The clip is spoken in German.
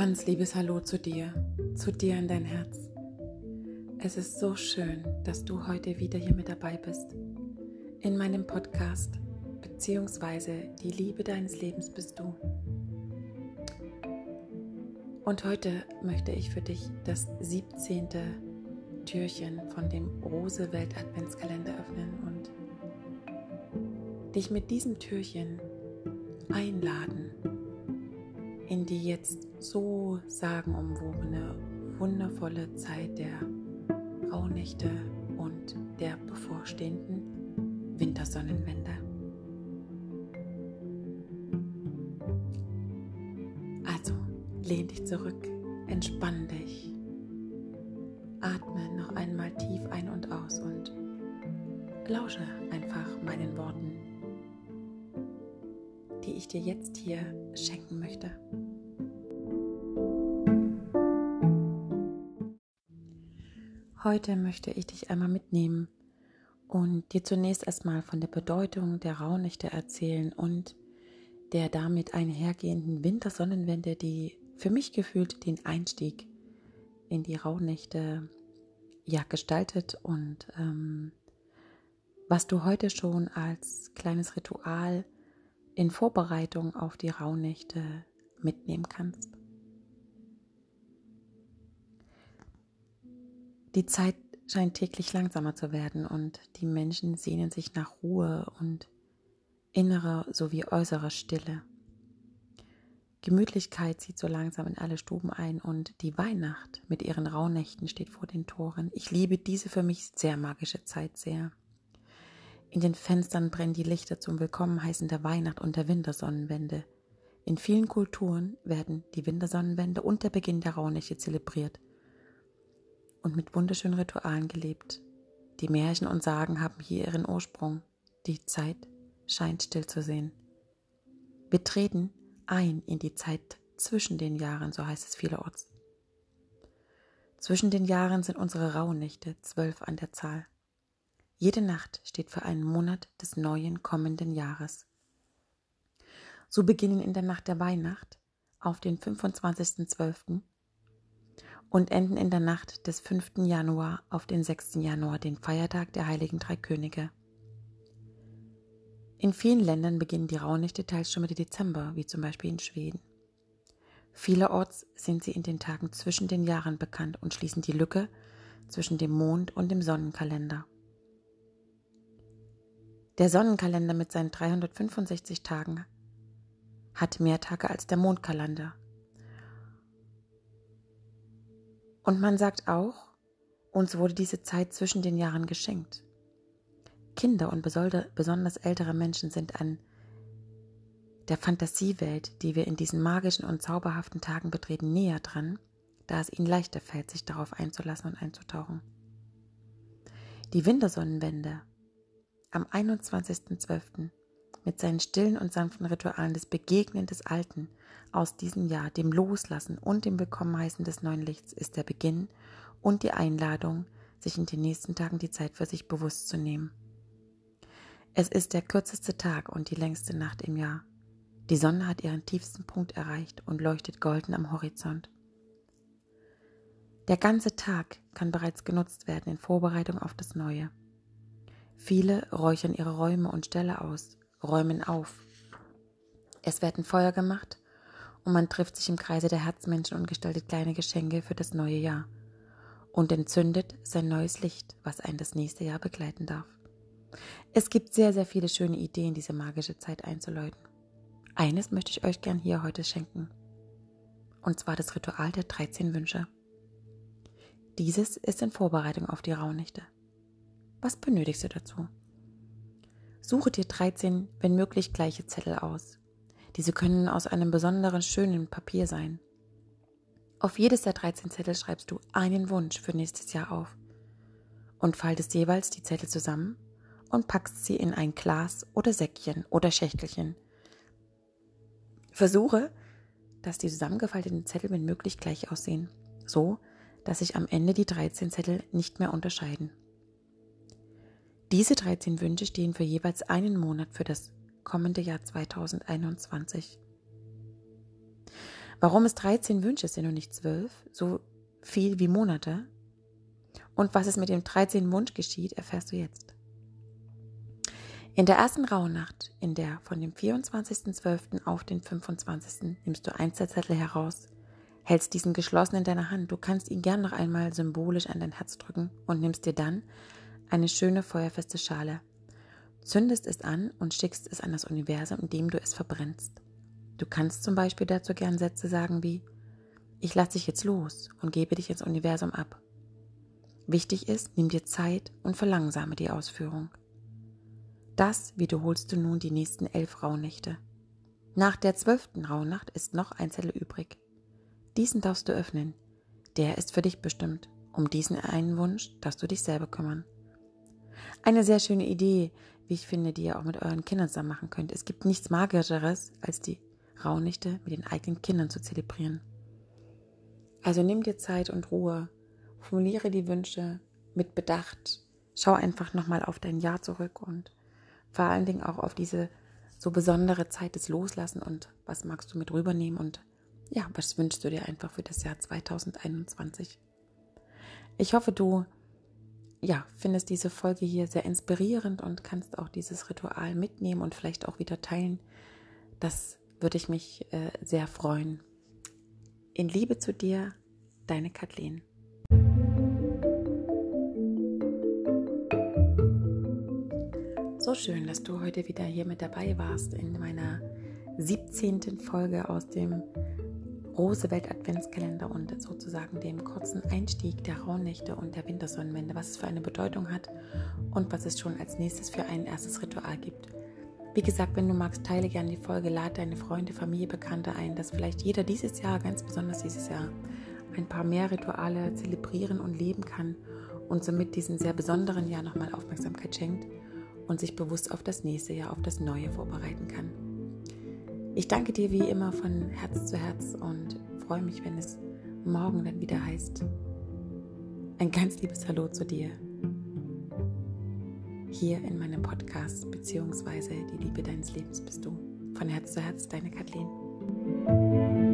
ganz liebes Hallo zu dir in dein Herz. Es ist so schön, dass du heute wieder hier mit dabei bist. In meinem Podcast, beziehungsweise die Liebe deines Lebens bist du. Und heute möchte ich für dich das 17. Türchen von dem Rose-Welt Adventskalender öffnen und dich mit diesem Türchen einladen in die jetzt so sagenumwobene, wundervolle Zeit der Rauhnächte und der bevorstehenden Wintersonnenwende. Also, lehn dich zurück, entspann dich, atme noch einmal tief ein und aus und lausche einfach meinen Worten, die ich dir jetzt hier schenken möchte. Heute möchte ich dich einmal mitnehmen und dir zunächst erstmal von der Bedeutung der Rauhnächte erzählen und der damit einhergehenden Wintersonnenwende, die für mich gefühlt den Einstieg in die Rauhnächte gestaltet und was du heute schon als kleines Ritual in Vorbereitung auf die Rauhnächte mitnehmen kannst. Die Zeit scheint täglich langsamer zu werden und die Menschen sehnen sich nach Ruhe und innere sowie äußere Stille. Gemütlichkeit zieht so langsam in alle Stuben ein und die Weihnacht mit ihren Rauhnächten steht vor den Toren. Ich liebe diese für mich sehr magische Zeit sehr. In den Fenstern brennen die Lichter zum Willkommenheißen der Weihnacht und der Wintersonnenwende. In vielen Kulturen werden die Wintersonnenwende und der Beginn der Rauhnächte zelebriert und mit wunderschönen Ritualen gelebt. Die Märchen und Sagen haben hier ihren Ursprung. Die Zeit scheint still zu sehen. Wir treten ein in die Zeit zwischen den Jahren, so heißt es vielerorts. Zwischen den Jahren sind unsere Rauhnächte 12 an der Zahl. Jede Nacht steht für einen Monat des neuen kommenden Jahres. So beginnen in der Nacht der Weihnacht auf den 25.12. und enden in der Nacht des 5. Januar auf den 6. Januar, den Feiertag der Heiligen Drei Könige. In vielen Ländern beginnen die Rauhnächte teils schon Mitte Dezember, wie zum Beispiel in Schweden. Vielerorts sind sie in den Tagen zwischen den Jahren bekannt und schließen die Lücke zwischen dem Mond und dem Sonnenkalender. Der Sonnenkalender mit seinen 365 Tagen hat mehr Tage als der Mondkalender. Und man sagt auch, uns wurde diese Zeit zwischen den Jahren geschenkt. Kinder und besonders ältere Menschen sind an der Fantasiewelt, die wir in diesen magischen und zauberhaften Tagen betreten, näher dran, da es ihnen leichter fällt, sich darauf einzulassen und einzutauchen. Die Wintersonnenwende am 21.12. mit seinen stillen und sanften Ritualen des Begegnen des Alten aus diesem Jahr, dem Loslassen und dem Willkommenheißen des neuen Lichts ist der Beginn und die Einladung, sich in den nächsten Tagen die Zeit für sich bewusst zu nehmen. Es ist der kürzeste Tag und die längste Nacht im Jahr. Die Sonne hat ihren tiefsten Punkt erreicht und leuchtet golden am Horizont. Der ganze Tag kann bereits genutzt werden in Vorbereitung auf das Neue. Viele räuchern ihre Räume und Ställe aus, räumen auf. Es werden Feuer gemacht und man trifft sich im Kreise der Herzmenschen und gestaltet kleine Geschenke für das neue Jahr und entzündet sein neues Licht, was einen das nächste Jahr begleiten darf. Es gibt sehr, sehr viele schöne Ideen, diese magische Zeit einzuläuten. Eines möchte ich euch gern hier heute schenken, und zwar das Ritual der 13 Wünsche. Dieses ist in Vorbereitung auf die Rauhnächte. Was benötigst du dazu? Suche dir 13, wenn möglich, gleiche Zettel aus. Diese können aus einem besonderen, schönen Papier sein. Auf jedes der 13 Zettel schreibst du einen Wunsch für nächstes Jahr auf und faltest jeweils die Zettel zusammen und packst sie in ein Glas oder Säckchen oder Schächtelchen. Versuche, dass die zusammengefalteten Zettel wenn möglich gleich aussehen, so dass sich am Ende die 13 Zettel nicht mehr unterscheiden. Diese 13 Wünsche stehen für jeweils einen Monat für das kommende Jahr 2021. Warum es 13 Wünsche sind und nicht 12, so viel wie Monate? Und was es mit dem 13. Wunsch geschieht, erfährst du jetzt. In der ersten Rauhnacht, in der von dem 24.12. auf den 25. nimmst du einen Zettel heraus, hältst diesen geschlossen in deiner Hand. Du kannst ihn gern noch einmal symbolisch an dein Herz drücken und nimmst dir dann eine schöne feuerfeste Schale, zündest es an und schickst es an das Universum, indem du es verbrennst. Du kannst zum Beispiel dazu gern Sätze sagen wie: Ich lasse dich jetzt los und gebe dich ins Universum ab. Wichtig ist, nimm dir Zeit und verlangsame die Ausführung. Das wiederholst du nun die nächsten 11 Rauhnächte. Nach der 12. Rauhnacht ist noch ein Zettel übrig. Diesen darfst du öffnen. Der ist für dich bestimmt. Um diesen einen Wunsch darfst du dich selber kümmern. Eine sehr schöne Idee, wie ich finde, die ihr auch mit euren Kindern zusammen machen könnt. Es gibt nichts Magischeres, als die Rauhnächte mit den eigenen Kindern zu zelebrieren. Also nimm dir Zeit und Ruhe, formuliere die Wünsche mit Bedacht, schau einfach nochmal auf dein Jahr zurück und vor allen Dingen auch auf diese so besondere Zeit des Loslassen und was magst du mit rübernehmen und ja, was wünschst du dir einfach für das Jahr 2021. Ich hoffe, du findest diese Folge hier sehr inspirierend und kannst auch dieses Ritual mitnehmen und vielleicht auch wieder teilen. Das würde ich mich sehr freuen. In Liebe zu dir, deine Kathleen. So schön, dass du heute wieder hier mit dabei warst in meiner 17. Folge aus dem Rosewelt Adventskalender und sozusagen dem kurzen Einstieg der Rauhnächte und der Wintersonnenwende, was es für eine Bedeutung hat und was es schon als nächstes für ein erstes Ritual gibt. Wie gesagt, wenn du magst, teile gerne die Folge, lade deine Freunde, Familie, Bekannte ein, dass vielleicht jeder dieses Jahr, ganz besonders dieses Jahr, ein paar mehr Rituale zelebrieren und leben kann und somit diesen sehr besonderen Jahr nochmal Aufmerksamkeit schenkt und sich bewusst auf das nächste Jahr, auf das Neue vorbereiten kann. Ich danke dir wie immer von Herz zu Herz und freue mich, wenn es morgen dann wieder heißt: Ein ganz liebes Hallo zu dir. Hier in meinem Podcast, beziehungsweise die Liebe deines Lebens bist du. Von Herz zu Herz, deine Kathleen.